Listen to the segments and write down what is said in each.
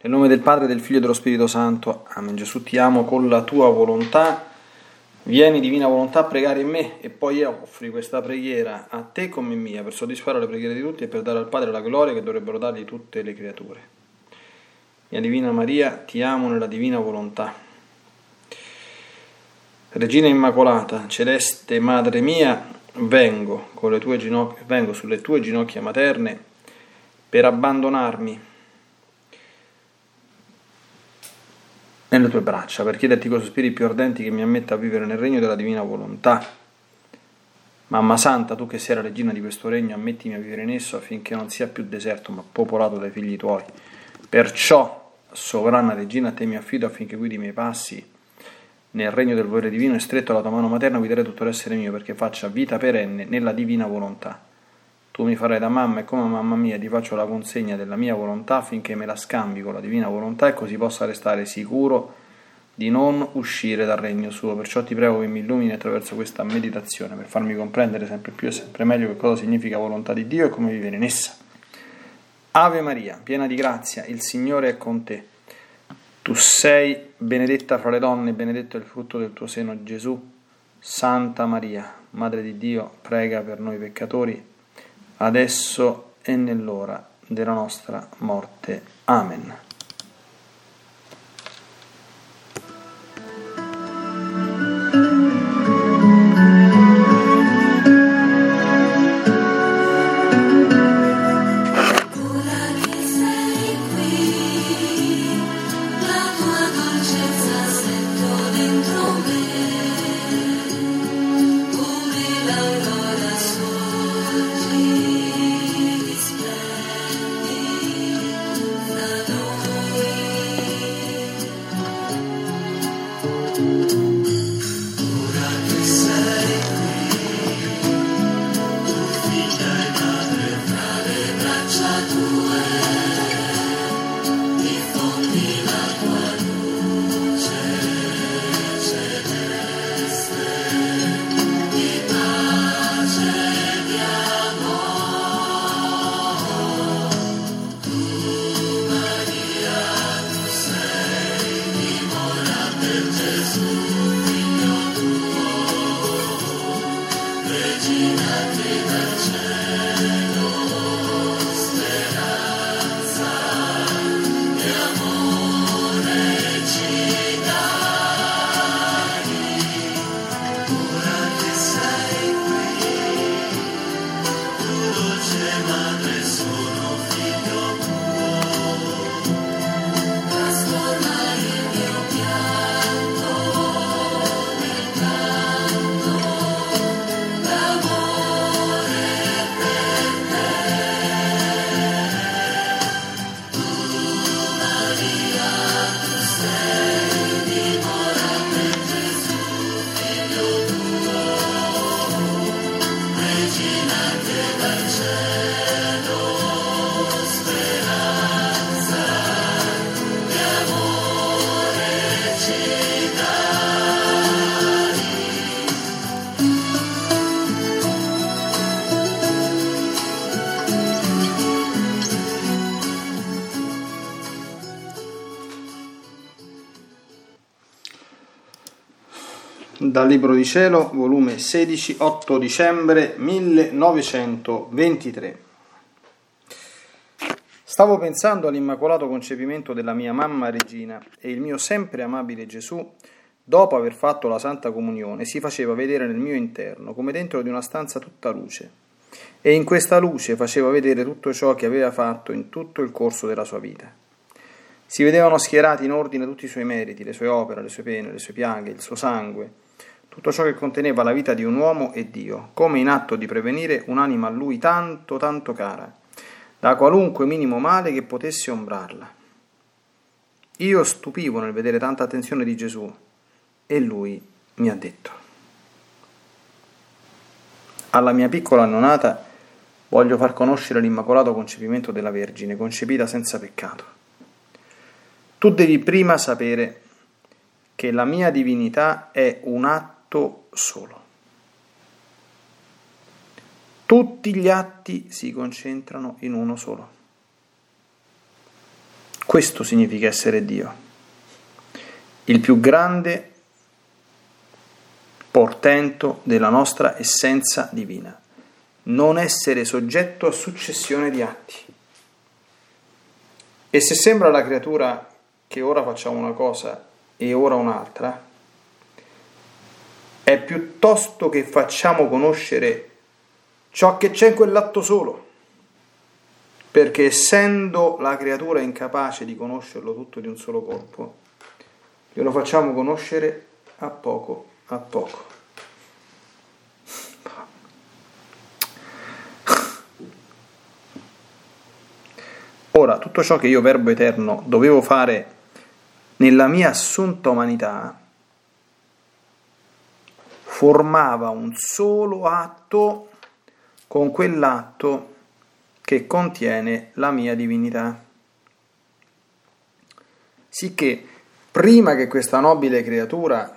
Nel nome del Padre, del Figlio e dello Spirito Santo. Amen. Gesù, ti amo con la tua volontà. Vieni, divina volontà, a pregare in me e poi offri questa preghiera a te come mia per soddisfare le preghiere di tutti e per dare al Padre la gloria che dovrebbero dargli tutte le creature. Mia Divina Maria, ti amo nella divina volontà. Regina Immacolata, celeste Madre mia, vengo sulle tue ginocchia materne per abbandonarmi nelle tue braccia, per chiederti con sospiri più ardenti che mi ammetta a vivere nel regno della divina volontà. Mamma Santa, tu che sei la regina di questo regno, ammettimi a vivere in esso affinché non sia più deserto ma popolato dai figli tuoi. Perciò, sovrana regina, a te mi affido affinché guidi i miei passi nel regno del volere divino e stretto alla tua mano materna guiderai tutto l'essere mio perché faccia vita perenne nella divina volontà. Tu mi farai da mamma e come mamma mia ti faccio la consegna della mia volontà affinché me la scambi con la divina volontà e così possa restare sicuro di non uscire dal regno suo. Perciò ti prego che mi illumini attraverso questa meditazione per farmi comprendere sempre più e sempre meglio che cosa significa volontà di Dio e come vivere in essa. Ave Maria, piena di grazia, il Signore è con te. Tu sei benedetta fra le donne, benedetto è il frutto del tuo seno, Gesù. Santa Maria, Madre di Dio, prega per noi peccatori, adesso e nell'ora della nostra morte. Amen. Dal Libro di Cielo, volume 16, 8 dicembre 1923. Stavo pensando all'immacolato concepimento della mia mamma regina e il mio sempre amabile Gesù, dopo aver fatto la Santa Comunione, si faceva vedere nel mio interno, come dentro di una stanza tutta luce, e in questa luce faceva vedere tutto ciò che aveva fatto in tutto il corso della sua vita. Si vedevano schierati in ordine tutti i suoi meriti, le sue opere, le sue pene, le sue piaghe, il suo sangue, tutto ciò che conteneva la vita di un uomo e Dio, come in atto di prevenire un'anima a lui tanto, tanto cara, da qualunque minimo male che potesse ombrarla. Io stupivo nel vedere tanta attenzione di Gesù, e lui mi ha detto: alla mia piccola annonata voglio far conoscere l'immacolato concepimento della Vergine, concepita senza peccato. Tu devi prima sapere che la mia divinità è un atto solo. Tutti gli atti si concentrano in uno solo. Questo significa essere Dio, il più grande portento della nostra essenza divina, non essere soggetto a successione di atti. E se sembra alla creatura che ora facciamo una cosa e ora un'altra, è piuttosto che facciamo conoscere ciò che c'è in quell'atto solo, perché essendo la creatura incapace di conoscerlo tutto di un solo colpo, glielo facciamo conoscere a poco a poco. Ora, tutto ciò che io, Verbo Eterno, dovevo fare nella mia assunta umanità formava un solo atto con quell'atto che contiene la mia divinità. Sicché, prima che questa nobile creatura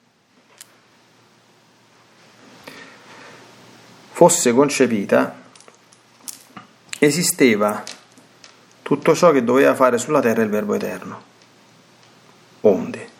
fosse concepita, esisteva tutto ciò che doveva fare sulla terra il Verbo Eterno. Onde.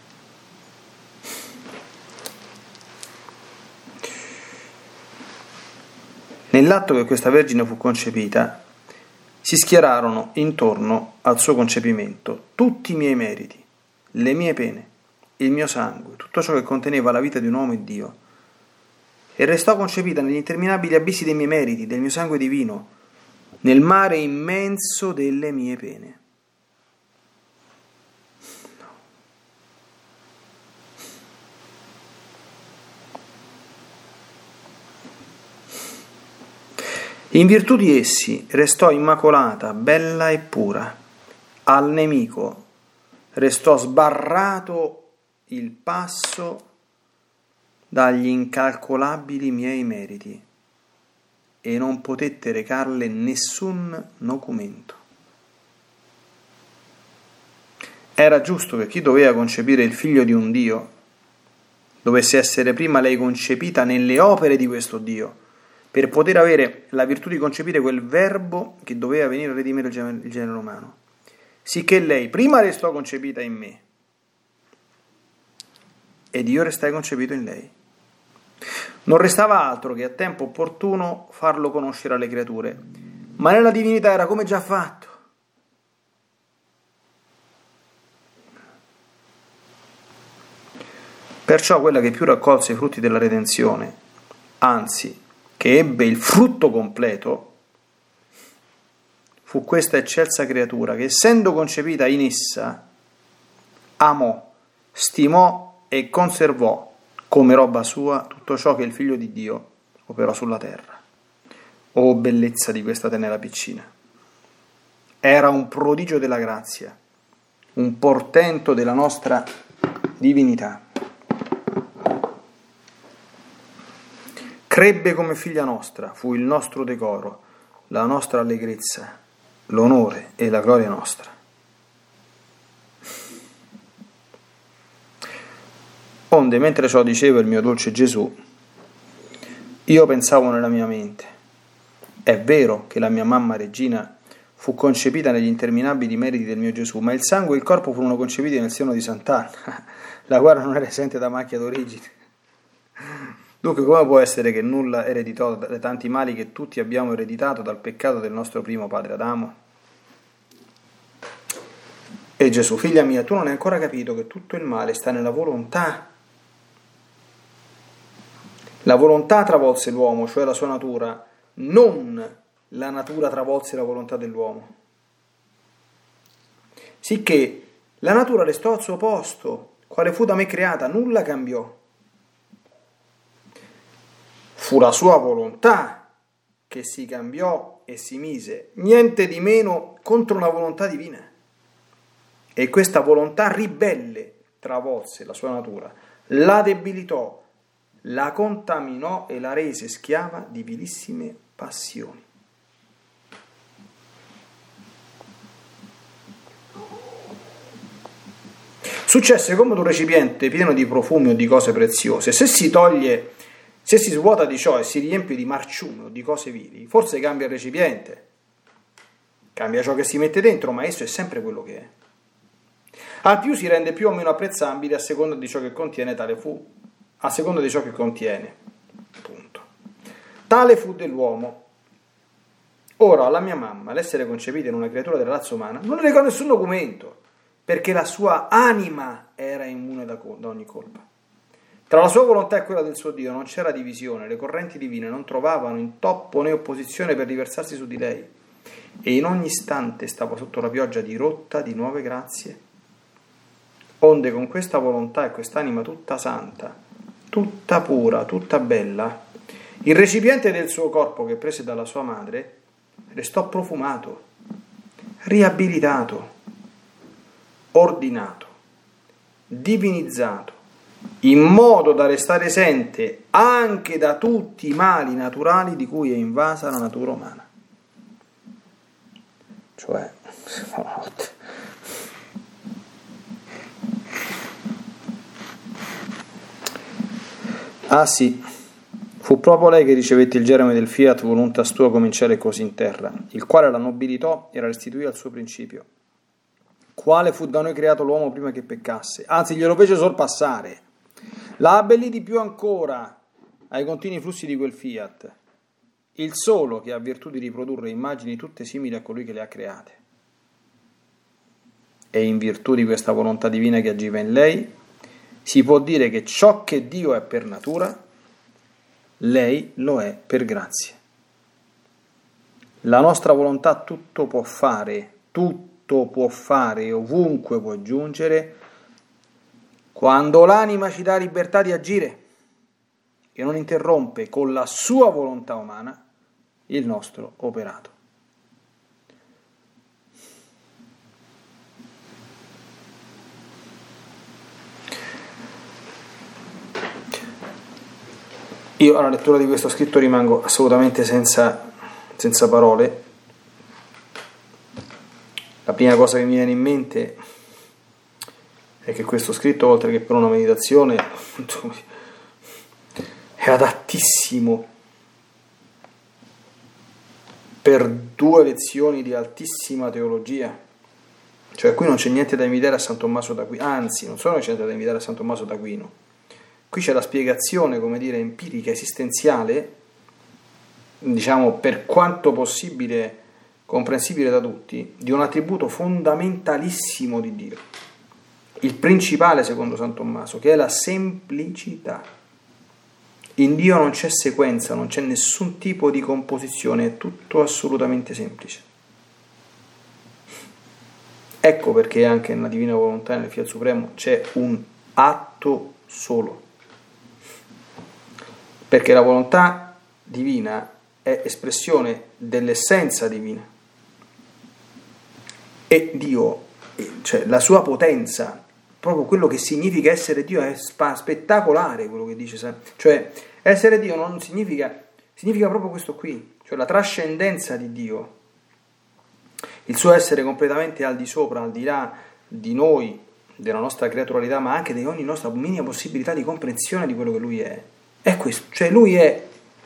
Nell'atto che questa Vergine fu concepita, si schierarono intorno al suo concepimento tutti i miei meriti, le mie pene, il mio sangue, tutto ciò che conteneva la vita di un uomo e Dio, e restò concepita negli interminabili abissi dei miei meriti, del mio sangue divino, nel mare immenso delle mie pene. In virtù di essi restò immacolata, bella e pura. Al nemico restò sbarrato il passo dagli incalcolabili miei meriti e non potette recarle nessun nocumento. Era giusto che chi doveva concepire il figlio di un Dio dovesse essere prima lei concepita nelle opere di questo Dio, per poter avere la virtù di concepire quel verbo che doveva venire a redimere il genere umano. Sicché lei prima restò concepita in me ed io restai concepito in lei. Non restava altro che a tempo opportuno farlo conoscere alle creature, ma nella divinità era come già fatto. Perciò quella che più raccolse i frutti della redenzione, anzi che ebbe il frutto completo, fu questa eccelsa creatura che, essendo concepita in essa, amò, stimò e conservò come roba sua tutto ciò che il Figlio di Dio operò sulla terra. Oh bellezza di questa tenera piccina! Era un prodigio della grazia, un portento della nostra divinità. Crebbe come figlia nostra, fu il nostro decoro, la nostra allegrezza, l'onore e la gloria nostra. Onde, mentre ciò diceva il mio dolce Gesù, io pensavo nella mia mente: è vero che la mia mamma regina fu concepita negli interminabili meriti del mio Gesù, ma il sangue e il corpo furono concepiti nel seno di Sant'Anna, la quale non era esente da macchia d'origine. Dunque, come può essere che nulla ereditò dai tanti mali che tutti abbiamo ereditato dal peccato del nostro primo padre Adamo? E Gesù: figlia mia, tu non hai ancora capito che tutto il male sta nella volontà. La volontà travolse l'uomo, cioè la sua natura, non la natura travolse la volontà dell'uomo. Sicché la natura restò al suo posto, quale fu da me creata, nulla cambiò. Fu la sua volontà che si cambiò e si mise, niente di meno, contro una volontà divina. E questa volontà ribelle travolse la sua natura, la debilitò, la contaminò e la rese schiava di vilissime passioni. Successe come ad un recipiente pieno di profumi o di cose preziose. Se si svuota di ciò e si riempie di marciume o di cose vili, forse cambia il recipiente, Cambia ciò che si mette dentro, ma esso è sempre quello che è. Al più si rende più o meno apprezzabile a seconda di ciò che contiene a seconda di ciò che contiene. Punto. Tale fu dell'uomo. Ora, alla mia mamma, l'essere concepita in una creatura della razza umana, non le recò nessun documento, perché la sua anima era immune da ogni colpa. Tra la sua volontà e quella del suo Dio non c'era divisione, le correnti divine non trovavano intoppo né opposizione per riversarsi su di lei, e in ogni istante stava sotto la pioggia dirotta di nuove grazie. Onde con questa volontà e quest'anima tutta santa, tutta pura, tutta bella, il recipiente del suo corpo che prese dalla sua madre restò profumato, riabilitato, ordinato, divinizzato, in modo da restare esente anche da tutti i mali naturali di cui è invasa la natura umana. Cioè, ah sì, fu proprio lei che ricevette il germe del fiat voluntas tua come in cielo e così in terra, il quale la nobilitò e la restituì al suo principio, quale fu da noi creato l'uomo prima che peccasse, anzi glielo fece sorpassare, la abbellì di più ancora ai continui flussi di quel fiat, il solo che ha virtù di riprodurre immagini tutte simili a colui che le ha create. E in virtù di questa volontà divina che agiva in lei, si può dire che ciò che Dio è per natura, lei lo è per grazia. La nostra volontà tutto può fare, ovunque può giungere, quando l'anima ci dà libertà di agire e non interrompe con la sua volontà umana il nostro operato. Io alla lettura di questo scritto rimango assolutamente senza parole. La prima cosa che mi viene in mente è che questo scritto, oltre che per una meditazione, è adattissimo per 2 lezioni di altissima teologia. Cioè qui non c'è niente da imitare a San Tommaso d'Aquino, anzi non solo c'è niente da imitare a San Tommaso d'Aquino, qui c'è la spiegazione, come dire, empirica, esistenziale, diciamo per quanto possibile comprensibile da tutti, di un attributo fondamentalissimo di Dio, il principale secondo San Tommaso, che è la semplicità. In Dio non c'è sequenza, non c'è nessun tipo di composizione, è tutto assolutamente semplice. Ecco perché anche nella Divina Volontà e nel Fiat Supremo c'è un atto solo, perché la volontà divina è espressione dell'essenza divina e Dio, cioè la sua potenza, proprio quello che significa essere Dio, è spettacolare quello che dice, cioè essere Dio non significa proprio questo qui, cioè la trascendenza di Dio, il suo essere completamente al di sopra, al di là di noi, della nostra creaturalità, ma anche di ogni nostra minima possibilità di comprensione di quello che Lui è questo, cioè Lui è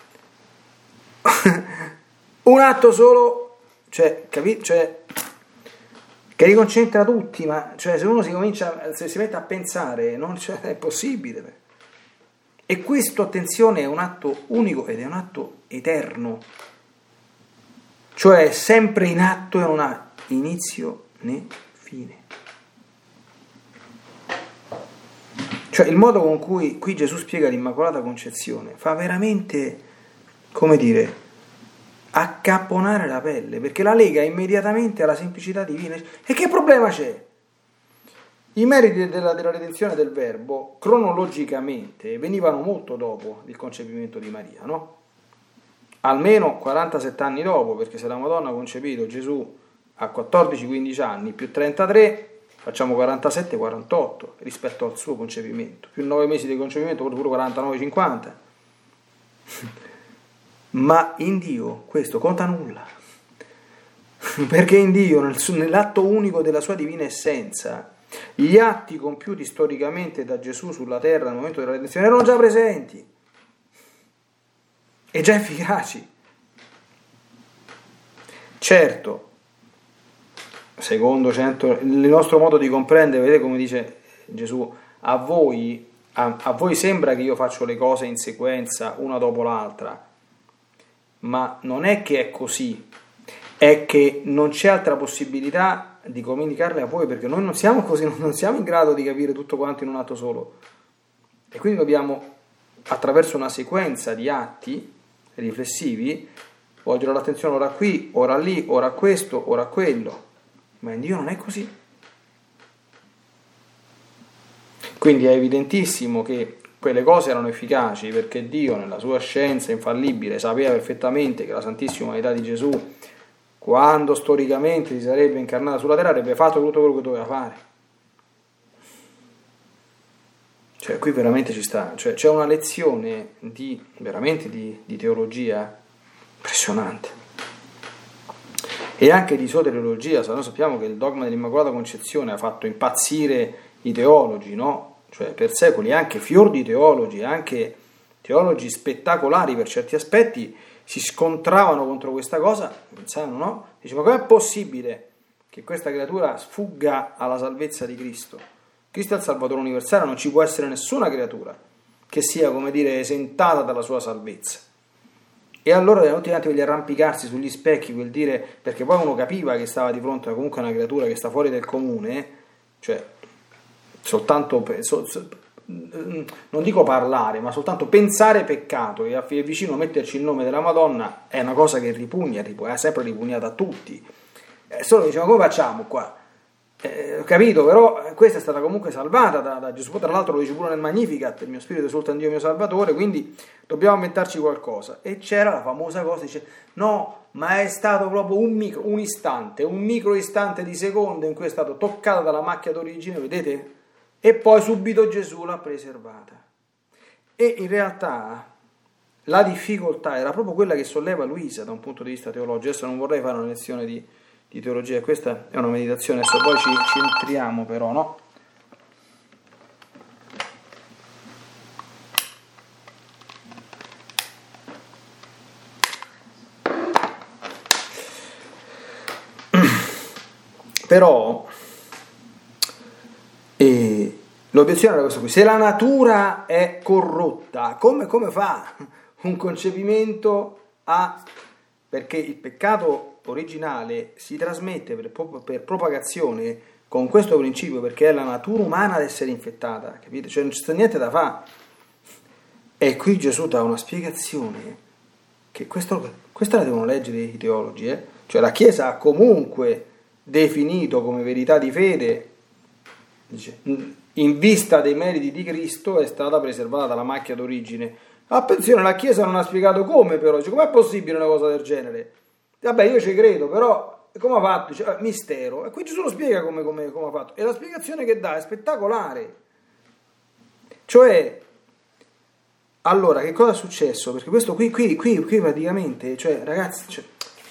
un atto solo, cioè, cioè che riconcentra tutti, ma cioè, se uno se si mette a pensare, non è possibile. E questo, attenzione, è un atto unico ed è un atto eterno, cioè sempre in atto e non ha inizio né fine. Cioè il modo con cui qui Gesù spiega l'Immacolata Concezione fa veramente, come dire, accapponare la pelle, perché la lega immediatamente alla semplicità divina. E che problema c'è? I meriti della redenzione del Verbo cronologicamente venivano molto dopo il concepimento di Maria, no? Almeno 47 anni dopo, perché se la Madonna ha concepito Gesù a 14-15 anni più 33, facciamo 47-48 rispetto al suo concepimento, più 9 mesi di concepimento, pure 49-50. Ma in Dio questo conta nulla, perché in Dio, nell'atto unico della sua divina essenza, gli atti compiuti storicamente da Gesù sulla terra nel momento della redenzione erano già presenti e già efficaci. Certo, secondo 100, il nostro modo di comprendere, vedete come dice Gesù, a voi sembra che io faccio le cose in sequenza, una dopo l'altra, ma non è che è così, è che non c'è altra possibilità di comunicarle a voi, perché noi non siamo così, non siamo in grado di capire tutto quanto in un atto solo, e quindi dobbiamo, attraverso una sequenza di atti riflessivi, volgere l'attenzione ora qui, ora lì, ora questo, ora quello, ma in Dio non è così. Quindi è evidentissimo che quelle cose erano efficaci, perché Dio nella sua scienza infallibile sapeva perfettamente che la Santissima Umanità di Gesù, quando storicamente si sarebbe incarnata sulla terra, avrebbe fatto tutto quello che doveva fare. Cioè qui veramente ci sta, cioè c'è una lezione veramente di teologia impressionante, e anche di soteriologia. Noi sappiamo che il dogma dell'Immacolata Concezione ha fatto impazzire i teologi, no? Cioè per secoli anche fior di teologi, anche teologi spettacolari per certi aspetti, si scontravano contro questa cosa, pensavano, no? Dicevano, ma com'è possibile che questa creatura sfugga alla salvezza di Cristo? Cristo è il Salvatore universale, non ci può essere nessuna creatura che sia, come dire, esentata dalla sua salvezza. E allora erano tutti quanti quegli arrampicarsi sugli specchi, quel dire, perché poi uno capiva che stava di fronte a comunque una creatura che sta fuori del comune, cioè soltanto, non dico parlare, ma soltanto pensare peccato e è vicino metterci il nome della Madonna è una cosa che ripugna, è sempre ripugnata a tutti. Solo diciamo, come facciamo qua? Ho capito, però questa è stata comunque salvata da Gesù, tra l'altro lo dice pure nel Magnificat, il mio spirito esulta in Dio mio Salvatore, quindi dobbiamo inventarci qualcosa. E c'era la famosa cosa, dice, no, ma è stato proprio un micro istante di secondo in cui è stato toccata dalla macchia d'origine, vedete? E poi subito Gesù l'ha preservata. E in realtà la difficoltà era proprio quella che solleva Luisa da un punto di vista teologico. Adesso non vorrei fare una lezione di teologia, questa è una meditazione, adesso poi ci entriamo però, no? Però l'obiezione era questa qui: se la natura è corrotta, come fa un concepimento a... perché il peccato originale si trasmette per propagazione con questo principio, perché è la natura umana ad essere infettata, capite? Cioè non c'è niente da fare. E qui Gesù dà una spiegazione che questa la devono leggere i teologi, cioè la Chiesa ha comunque definito come verità di fede, dice, in vista dei meriti di Cristo è stata preservata dalla macchia d'origine. Attenzione, la Chiesa non ha spiegato come, però dice, com'è possibile una cosa del genere? Vabbè, io ci credo, però come ha fatto? Dice, mistero. E qui Gesù lo spiega come ha fatto, e la spiegazione che dà è spettacolare. Cioè, allora, che cosa è successo? Perché questo qui praticamente, cioè, ragazzi, cioè,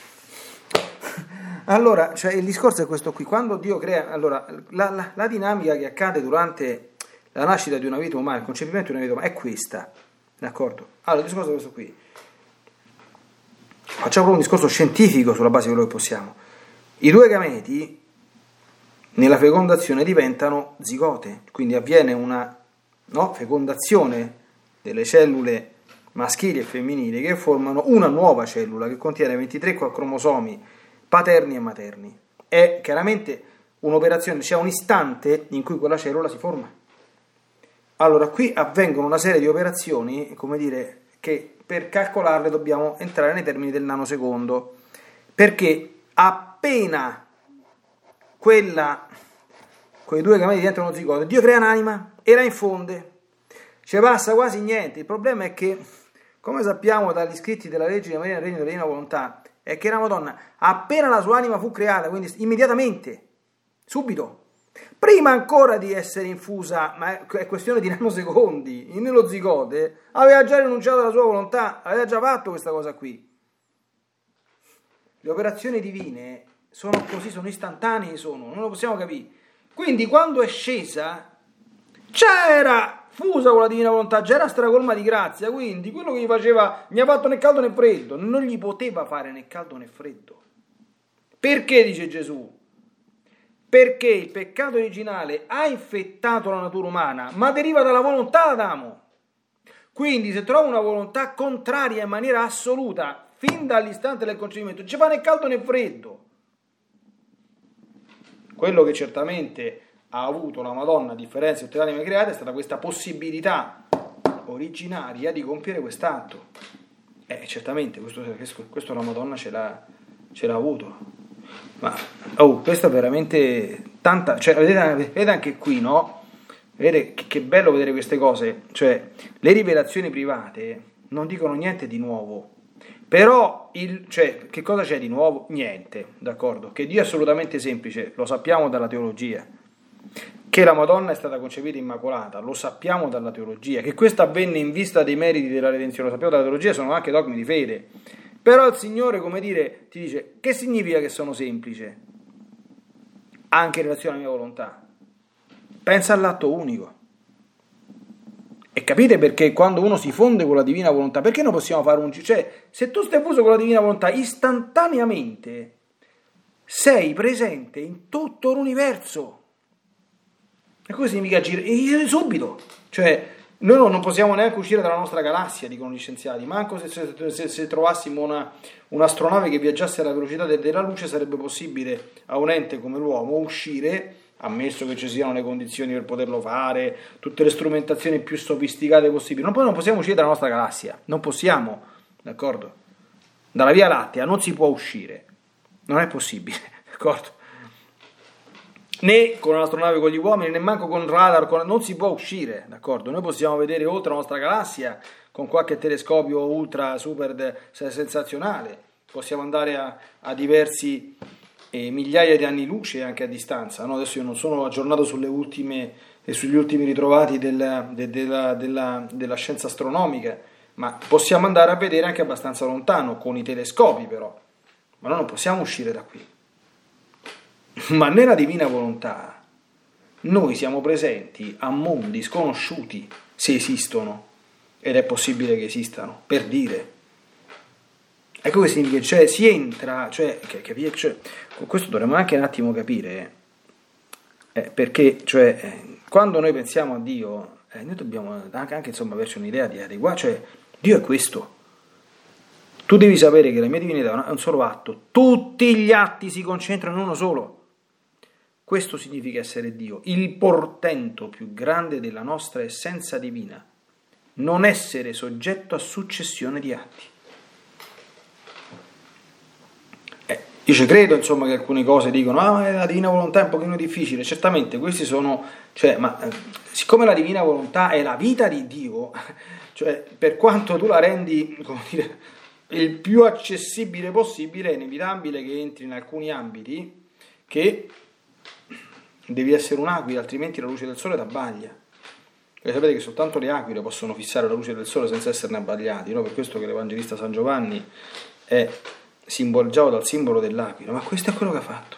allora, cioè, il discorso è questo qui: quando Dio crea, allora, la dinamica che accade durante la nascita di una vita umana, il concepimento di una vita umana, è questa, d'accordo? Allora, il discorso è questo qui. Facciamo proprio un discorso scientifico sulla base di quello che possiamo. I due gameti nella fecondazione diventano zigote, quindi avviene una fecondazione delle cellule maschili e femminili che formano una nuova cellula che contiene 23 cromosomi paterni e materni. È chiaramente un'operazione, c'è un istante in cui quella cellula si forma. Allora qui avvengono una serie di operazioni, come dire, che per calcolarle dobbiamo entrare nei termini del nanosecondo, perché appena quei due gameti diventano zigote, Dio crea un'anima e la infonde, ci passa quasi niente. Il problema è che, come sappiamo dagli scritti della legge di Maria nel regno della divina volontà, è che la Madonna, appena la sua anima fu creata, quindi immediatamente, subito, prima ancora di essere infusa, ma è questione di nanosecondi, nello zigote, aveva già rinunciato alla sua volontà, aveva già fatto questa cosa qui. Le operazioni divine sono così, sono istantanee, non lo possiamo capire. Quindi quando è scesa, c'era fusa con la divina volontà, già era stracolma di grazia, quindi quello che gli faceva, mi ha fatto né caldo né freddo, non gli poteva fare né caldo né freddo. Perché, dice Gesù? perché il peccato originale ha infettato la natura umana, ma deriva dalla volontà d'Adamo. Quindi se trovo una volontà contraria in maniera assoluta, fin dall'istante del concepimento, non ci fa né caldo né freddo. Quello che certamente ha avuto la Madonna, a differenza di tutte le anime create, è stata questa possibilità originaria di compiere quest'atto. Certamente, questo la Madonna ce l'ha avuto. Ma questo è veramente tanta... Cioè, vedete anche qui, no? Vedete che bello vedere queste cose. Cioè, le rivelazioni private non dicono niente di nuovo. Però, che cosa c'è di nuovo? Niente, d'accordo? Che Dio è assolutamente semplice, lo sappiamo dalla teologia. Che la Madonna è stata concepita immacolata, lo sappiamo dalla teologia. Che questo avvenne in vista dei meriti della redenzione, lo sappiamo dalla teologia, sono anche dogmi di fede. Però il Signore, come dire, ti dice, che significa che sono semplice? Anche in relazione alla mia volontà. Pensa all'atto unico. E capite perché quando uno si fonde con la divina volontà, perché non possiamo fare cioè, se tu stai fuso con la divina volontà, istantaneamente sei presente in tutto l'universo. E questo significa agire subito. Cioè, noi non possiamo neanche uscire dalla nostra galassia, dicono gli scienziati. Manco se trovassimo un'astronave che viaggiasse alla velocità della luce, sarebbe possibile a un ente come l'uomo uscire, ammesso che ci siano le condizioni per poterlo fare, tutte le strumentazioni più sofisticate possibili. Non possiamo uscire dalla nostra galassia, non possiamo, d'accordo? Dalla Via Lattea non si può uscire, non è possibile, d'accordo? Né con un'astronave con gli uomini, né manco con radar, non si può uscire, d'accordo? Noi possiamo vedere oltre la nostra galassia con qualche telescopio ultra super sensazionale, possiamo andare a diversi migliaia di anni luce anche a distanza, no? Adesso io non sono aggiornato sugli ultimi ritrovati della scienza astronomica, ma possiamo andare a vedere anche abbastanza lontano con i telescopi, però, ma noi non possiamo uscire da qui. Ma nella divina volontà noi siamo presenti a mondi sconosciuti, se esistono, ed è possibile che esistano, per dire. Ecco che significa, cioè si entra, cioè questo dovremmo anche un attimo capire, perché quando noi pensiamo a Dio, noi dobbiamo anche insomma averci un'idea di adeguare, cioè Dio è questo. Tu devi sapere che la mia divinità è un solo atto, tutti gli atti si concentrano in uno solo. Questo significa essere Dio, il portento più grande della nostra essenza divina, non essere soggetto a successione di atti. Io ci credo, insomma, che alcune cose dicono la divina volontà è un pochino difficile, certamente questi sono, siccome la divina volontà è la vita di Dio, cioè per quanto tu la rendi, come dire, il più accessibile possibile, è inevitabile che entri in alcuni ambiti che devi essere un'aquila, altrimenti la luce del sole ti abbaglia. E sapete che soltanto le aquile possono fissare la luce del sole senza esserne abbagliati, no? Per questo che l'Evangelista San Giovanni è simboleggiato dal simbolo dell'aquila, ma questo è quello che ha fatto.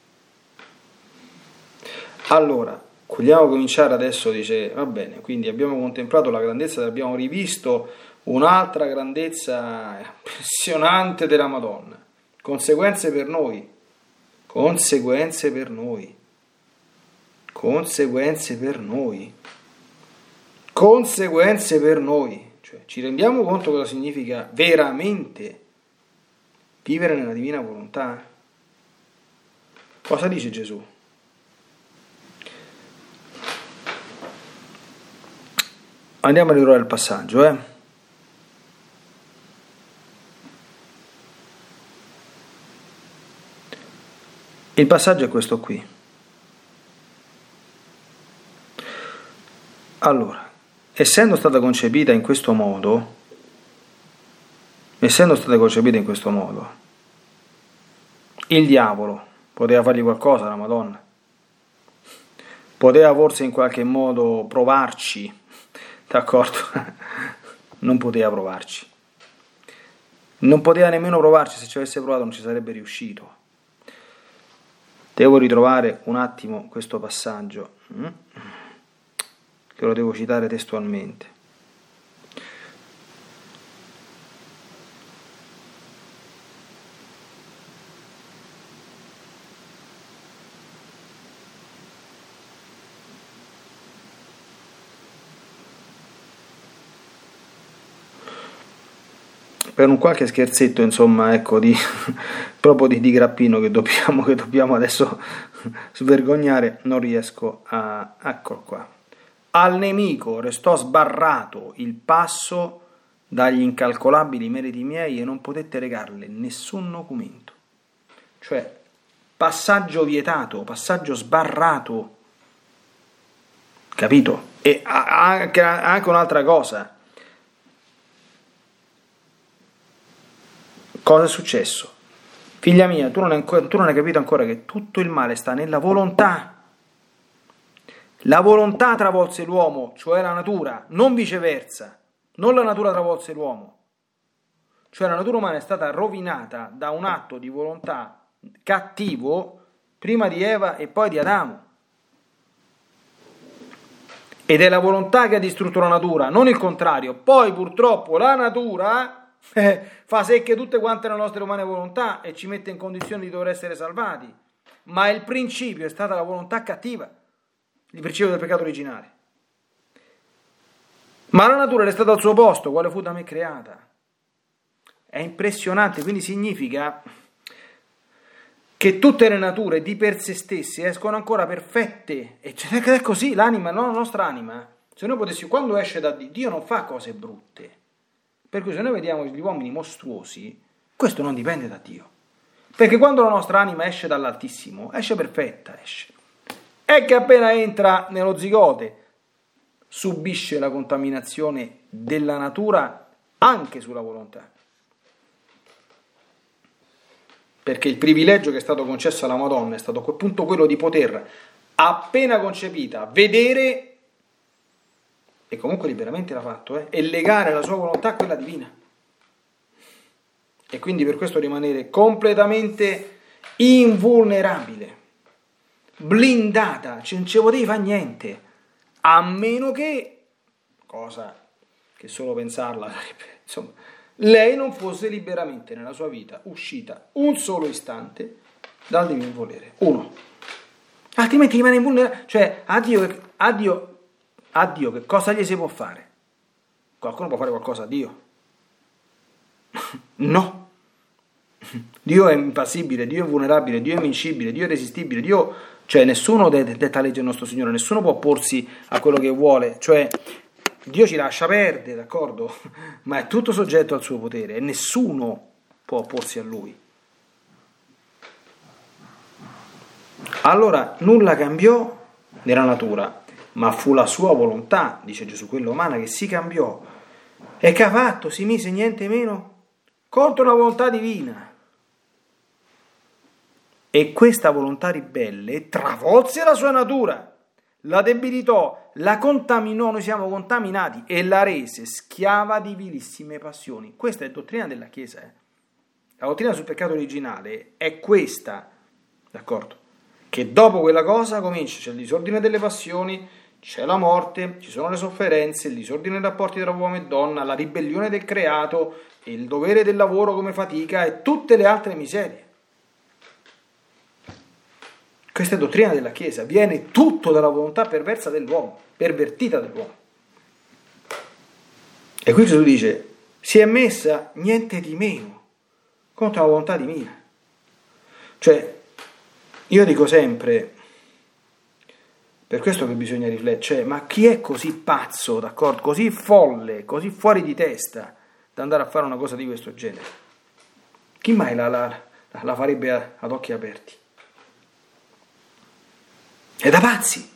Allora, vogliamo cominciare adesso, dice, va bene, quindi abbiamo contemplato la grandezza, abbiamo rivisto un'altra grandezza impressionante della Madonna, conseguenze per noi, cioè ci rendiamo conto cosa significa veramente vivere nella divina volontà? Cosa dice Gesù? Andiamo a ritrovare il passaggio, Il passaggio è questo qui. Allora, essendo stata concepita in questo modo, il diavolo poteva fargli qualcosa alla Madonna? Poteva forse in qualche modo provarci, d'accordo? Non poteva provarci. Non poteva nemmeno provarci, se ci avesse provato non ci sarebbe riuscito. Devo ritrovare un attimo questo passaggio, che lo devo citare testualmente. per un qualche scherzetto, insomma, ecco, proprio di Grappino che dobbiamo adesso svergognare, non riesco a... Eccolo qua. Al nemico restò sbarrato il passo dagli incalcolabili meriti miei e non potette regarle nessun documento. Cioè, passaggio vietato, passaggio sbarrato, capito? E anche un'altra cosa. Cosa è successo? Figlia mia, tu non hai capito ancora che tutto il male sta nella volontà. La volontà travolse l'uomo, cioè la natura, non viceversa. Non la natura travolse l'uomo. Cioè la natura umana è stata rovinata da un atto di volontà cattivo prima di Eva e poi di Adamo. Ed è la volontà che ha distrutto la natura, non il contrario. Poi purtroppo la natura fa secche tutte quante le nostre umane volontà e ci mette in condizione di dover essere salvati. Ma il principio è stata la volontà cattiva, il principio del peccato originale. Ma la natura è stata al suo posto, quale fu da me creata. È impressionante, quindi significa che tutte le nature di per sé stesse escono ancora perfette. E è così, l'anima, no, la nostra anima, se noi potessimo, quando esce da Dio non fa cose brutte. Per cui se noi vediamo gli uomini mostruosi, questo non dipende da Dio. Perché quando la nostra anima esce dall'Altissimo, esce perfetta, esce. E che appena entra nello zigote, subisce la contaminazione della natura anche sulla volontà. Perché il privilegio che è stato concesso alla Madonna è stato appunto quello di poter, appena concepita, vedere, e comunque liberamente l'ha fatto, e legare la sua volontà a quella divina. E quindi per questo rimanere completamente invulnerabile, blindata, non ci potevi fare niente, a meno che, cosa che solo pensarla sarebbe, insomma, lei non fosse liberamente nella sua vita uscita un solo istante dal divino volere, uno. Altrimenti rimane invulnerabile, cioè a Dio che cosa gli si può fare? Qualcuno può fare qualcosa a Dio? No. Dio è impassibile, Dio è invulnerabile, Dio è invincibile, Dio è irresistibile, Dio, cioè nessuno detta legge il nostro Signore, nessuno può opporsi a quello che vuole, cioè Dio ci lascia perdere, d'accordo? Ma è tutto soggetto al suo potere e nessuno può opporsi a Lui. Allora nulla cambiò nella natura, ma fu la sua volontà, dice Gesù, quella umana, che si cambiò e che ha fatto, si mise niente meno contro la volontà divina. E questa volontà ribelle travolse la sua natura, la debilitò, la contaminò, noi siamo contaminati, e la rese schiava di vilissime passioni. Questa è dottrina della Chiesa. La dottrina sul peccato originale è questa, d'accordo? Che dopo quella cosa c'è il disordine delle passioni, c'è la morte, ci sono le sofferenze, il disordine dei rapporti tra uomo e donna, la ribellione del creato, il dovere del lavoro come fatica e tutte le altre miserie. Questa è dottrina della Chiesa, viene tutto dalla volontà perversa dell'uomo, pervertita dell'uomo. E qui Gesù dice, si è messa niente di meno contro la volontà divina. Cioè, io dico sempre, per questo che bisogna riflettere, cioè, ma chi è così pazzo, d'accordo, così folle, così fuori di testa da andare a fare una cosa di questo genere? Chi mai la farebbe ad occhi aperti? È da pazzi.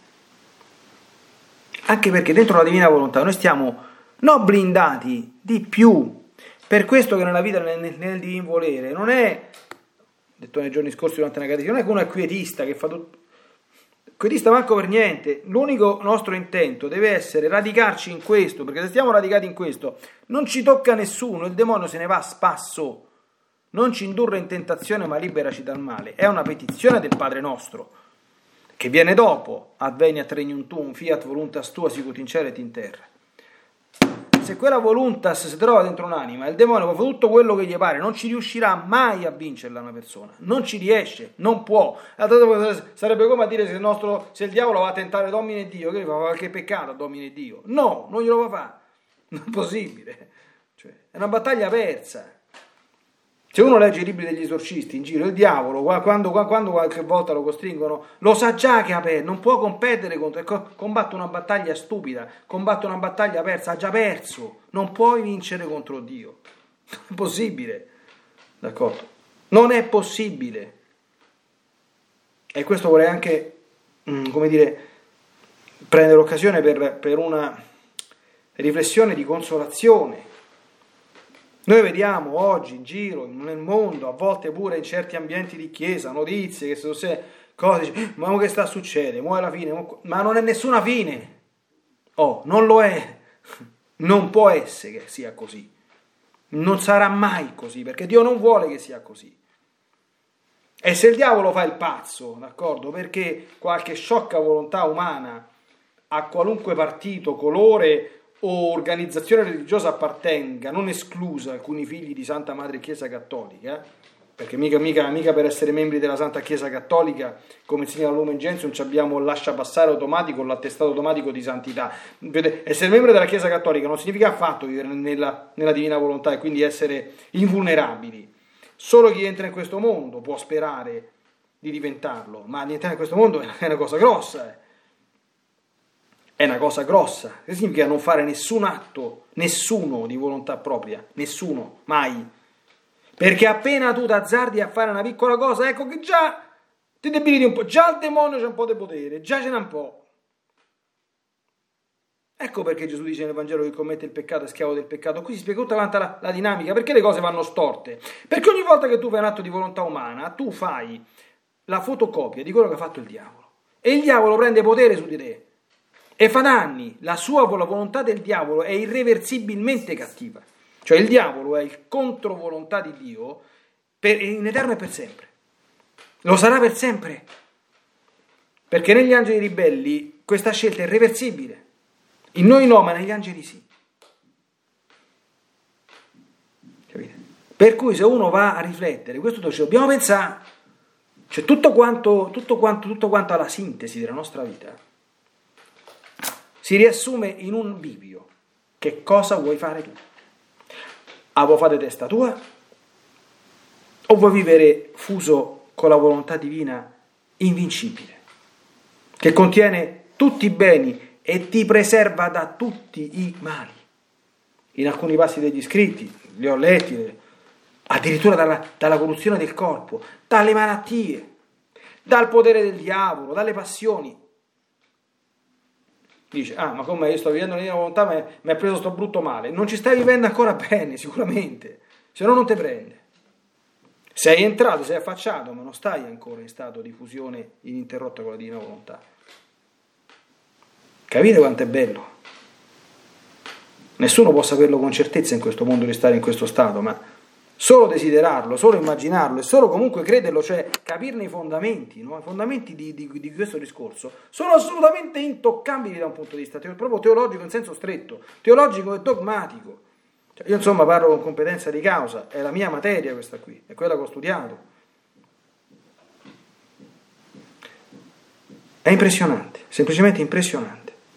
Anche perché dentro la divina volontà noi stiamo non blindati di più. Per questo che nella vita, nel divin volere, non è, detto nei giorni scorsi durante una catechesi, non è che uno è quietista che fa tutto. Quietista manco per niente. L'unico nostro intento deve essere radicarci in questo, perché se stiamo radicati in questo non ci tocca nessuno, il demonio se ne va a spasso. Non ci indurre in tentazione, ma liberaci dal male. È una petizione del Padre nostro, che viene dopo, adveniat regnum tuum, fiat voluntas tua sicut in cielo et in terra. Se quella voluntas si trova dentro un'anima, il demonio fa tutto quello che gli pare, non ci riuscirà mai a vincerla una persona, non ci riesce, non può. Sarebbe come a dire se il diavolo va a tentare Domine Dio, che fa qualche peccato a Domine Dio. No, non glielo va a fare, non è possibile. Cioè, è una battaglia persa. Se uno legge i libri degli esorcisti in giro, il diavolo, quando qualche volta lo costringono, lo sa già che ha perso, non può competere contro, combatte una battaglia stupida, combatte una battaglia persa, ha già perso, non puoi vincere contro Dio. Non è possibile, d'accordo? Non è possibile. E questo vorrei anche, prendere l'occasione per una riflessione di consolazione. Noi vediamo oggi in giro, nel mondo, a volte pure in certi ambienti di chiesa, notizie, che sono cose, ma che sta succedendo? Mo è la fine, ma non è nessuna fine. Non lo è. Non può essere che sia così. Non sarà mai così, perché Dio non vuole che sia così. E se il diavolo fa il pazzo, d'accordo, perché qualche sciocca volontà umana a qualunque partito, colore o organizzazione religiosa appartenga, non esclusa alcuni figli di Santa Madre Chiesa Cattolica, perché mica per essere membri della Santa Chiesa Cattolica, come insegna la Lumen Gentium, abbiamo il lascia passare automatico, l'attestato automatico di santità. Essere membro della Chiesa Cattolica non significa affatto vivere nella divina volontà e quindi essere invulnerabili. Solo chi entra in questo mondo può sperare di diventarlo, ma entrare in questo mondo è una cosa grossa. È una cosa grossa. Che significa non fare nessun atto, nessuno di volontà propria, nessuno, mai. Perché appena tu t'azzardi a fare una piccola cosa, ecco che già ti debiliti un po', già il demonio c'ha un po' di potere, già ce n'ha un po'. Ecco perché Gesù dice nel Vangelo che commette il peccato è schiavo del peccato. Qui si spiega tutta la dinamica, perché le cose vanno storte. Perché ogni volta che tu fai un atto di volontà umana, tu fai la fotocopia di quello che ha fatto il diavolo. E il diavolo prende potere su di te. E fa danni. La volontà del diavolo è irreversibilmente cattiva. Cioè il diavolo è il controvolontà di Dio in eterno e per sempre. Lo sarà per sempre. Perché negli angeli ribelli questa scelta è irreversibile. In noi no, ma negli angeli sì. Capite? Per cui se uno va a riflettere, questo ci dobbiamo pensare, cioè tutto quanto alla sintesi della nostra vita si riassume in un bivio. Che cosa vuoi fare tu? Vuoi fare testa tua? O vuoi vivere fuso con la volontà divina invincibile, che contiene tutti i beni e ti preserva da tutti i mali? In alcuni passi degli scritti, li ho letti, addirittura dalla corruzione del corpo, dalle malattie, dal potere del diavolo, dalle passioni. Dice, ma come io sto vivendo nella mia volontà, mi è preso sto brutto male. Non ci stai vivendo ancora bene, sicuramente, se no non ti prende. Sei entrato, sei affacciato, ma non stai ancora in stato di fusione ininterrotta con la divina volontà. Capite quanto è bello? Nessuno può saperlo con certezza in questo mondo di stare in questo stato, ma solo desiderarlo, solo immaginarlo e solo comunque crederlo, cioè capirne i fondamenti, no? I fondamenti di questo discorso sono assolutamente intoccabili da un punto di vista proprio teologico in senso stretto, teologico e dogmatico. Cioè, io insomma parlo con competenza di causa, è la mia materia questa qui, è quella che ho studiato. È impressionante, semplicemente impressionante.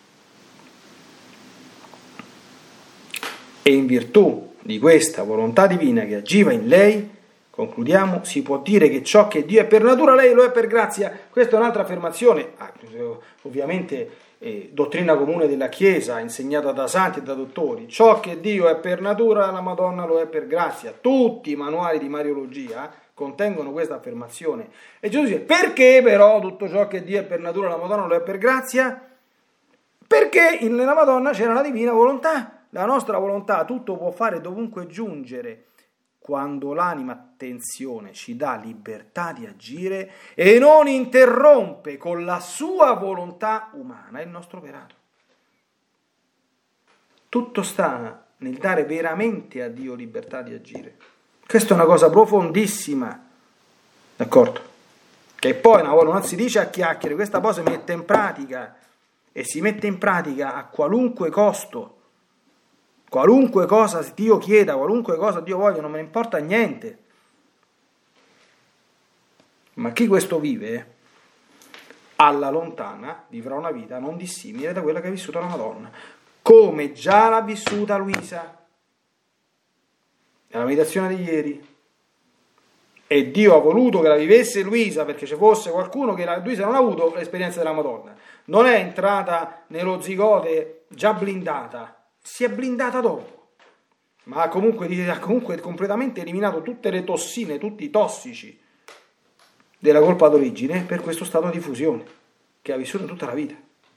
E in virtù di questa volontà divina che agiva in lei, concludiamo, si può dire che ciò che Dio è per natura, lei lo è per grazia. Questa è un'altra affermazione, ovviamente dottrina comune della Chiesa, insegnata da santi e da dottori. Ciò che Dio è per natura, la Madonna lo è per grazia. Tutti i manuali di Mariologia contengono questa affermazione. E Gesù dice, perché però tutto ciò che Dio è per natura, la Madonna lo è per grazia? Perché nella Madonna c'era la divina volontà. La nostra volontà tutto può fare, dovunque giungere, quando l'anima, attenzione, ci dà libertà di agire e non interrompe con la sua volontà umana il nostro operato. Tutto sta nel dare veramente a Dio libertà di agire. Questa è una cosa profondissima, d'accordo? Che poi non si dice a chiacchiere, questa poi si mette in pratica e si mette in pratica a qualunque costo. Qualunque cosa Dio chieda, qualunque cosa Dio voglia, non me ne importa niente. Ma chi questo vive, alla lontana, vivrà una vita non dissimile da quella che ha vissuto la Madonna, come già l'ha vissuta Luisa. È la meditazione di ieri. E Dio ha voluto che la vivesse Luisa, perché ci fosse qualcuno che Luisa non ha avuto l'esperienza della Madonna. Non è entrata nello zigote già blindata, si è blindata dopo. Ma ha comunque completamente eliminato tutte le tossine, tutti i tossici della colpa d'origine per questo stato di fusione che ha vissuto tutta la vita.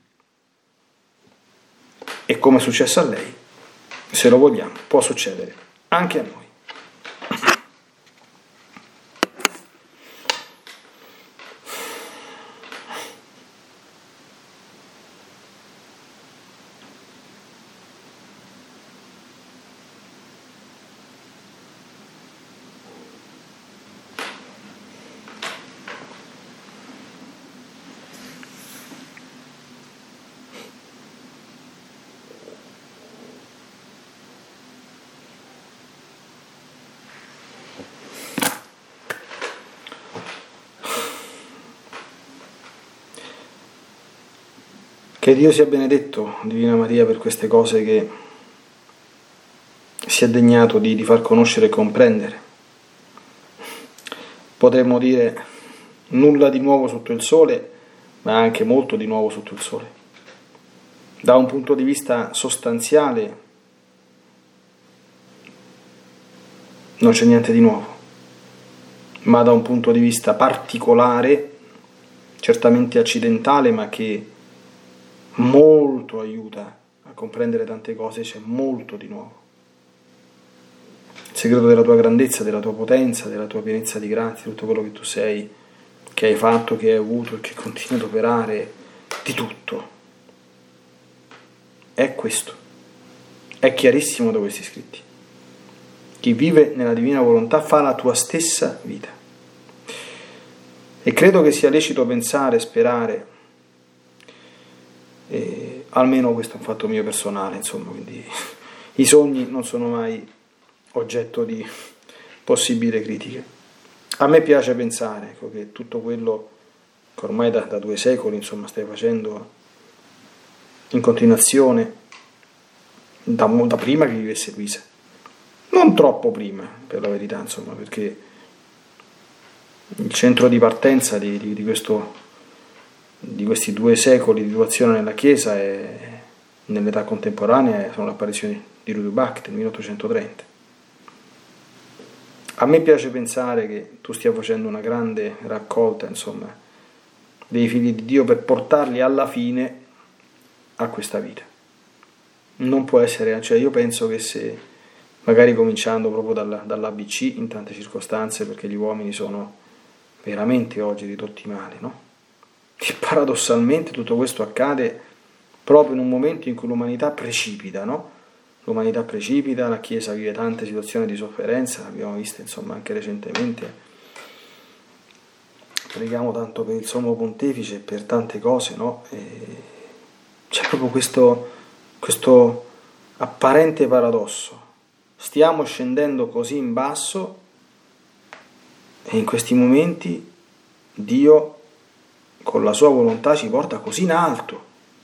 E come è successo a lei, se lo vogliamo, può succedere anche a noi. Che Dio sia benedetto, Divina Maria, per queste cose che si è degnato di far conoscere e comprendere. Potremmo dire nulla di nuovo sotto il sole, ma anche molto di nuovo sotto il sole. Da un punto di vista sostanziale non c'è niente di nuovo, ma da un punto di vista particolare, certamente accidentale, ma che molto aiuta a comprendere tante cose, c'è molto di nuovo. Il segreto della tua grandezza, della tua potenza, della tua pienezza di grazia, tutto quello che tu sei, che hai fatto, che hai avuto e che continui ad operare, di tutto, è questo. È chiarissimo da questi scritti. Chi vive nella divina volontà fa la tua stessa vita. E credo che sia lecito pensare, sperare, almeno questo è un fatto mio personale, insomma, quindi i sogni non sono mai oggetto di possibili critiche. A me piace pensare, ecco, che tutto quello che ormai da 2 secoli, insomma, stai facendo in continuazione da prima che vivesse Luisa, non troppo prima, per la verità, insomma, perché il centro di partenza di questi 2 secoli di situazione nella Chiesa e nell'età contemporanea sono le apparizioni di Ruy Bach del 1830. A me piace pensare che tu stia facendo una grande raccolta, insomma, dei figli di Dio per portarli alla fine a questa vita. Non può essere, cioè io penso che se, magari cominciando proprio dall'ABC in tante circostanze, perché gli uomini sono veramente oggi ridotti male, no? E paradossalmente tutto questo accade proprio in un momento in cui l'umanità precipita, no? L'umanità precipita, la Chiesa vive tante situazioni di sofferenza, l'abbiamo vista insomma anche recentemente. Preghiamo tanto per il Sommo Pontefice e per tante cose, no? E c'è proprio questo apparente paradosso. Stiamo scendendo così in basso e in questi momenti Dio con la sua volontà ci porta così in alto,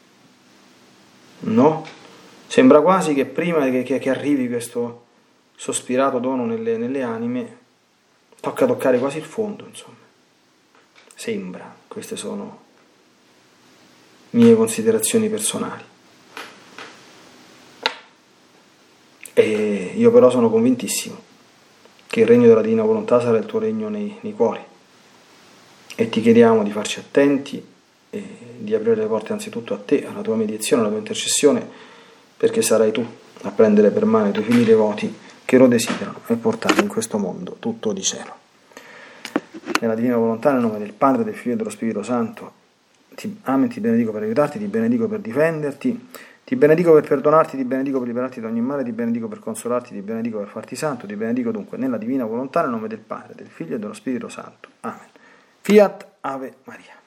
no? Sembra quasi che prima che arrivi questo sospirato dono nelle anime tocca toccare quasi il fondo, insomma. Sembra, queste sono mie considerazioni personali. E io però sono convintissimo che il regno della Divina Volontà sarà il tuo regno nei cuori. E ti chiediamo di farci attenti e di aprire le porte anzitutto a te, alla tua mediazione, alla tua intercessione, perché sarai tu a prendere per mano i tuoi figli devoti che lo desiderano e portare in questo mondo tutto di cielo. Nella Divina Volontà, nel nome del Padre, del Figlio e dello Spirito Santo, amen, ti benedico per aiutarti, ti benedico per difenderti, ti benedico per perdonarti, ti benedico per liberarti da ogni male, ti benedico per consolarti, ti benedico per farti santo, ti benedico dunque nella Divina Volontà, nel nome del Padre, del Figlio e dello Spirito Santo. Amen. Fiat Ave Maria.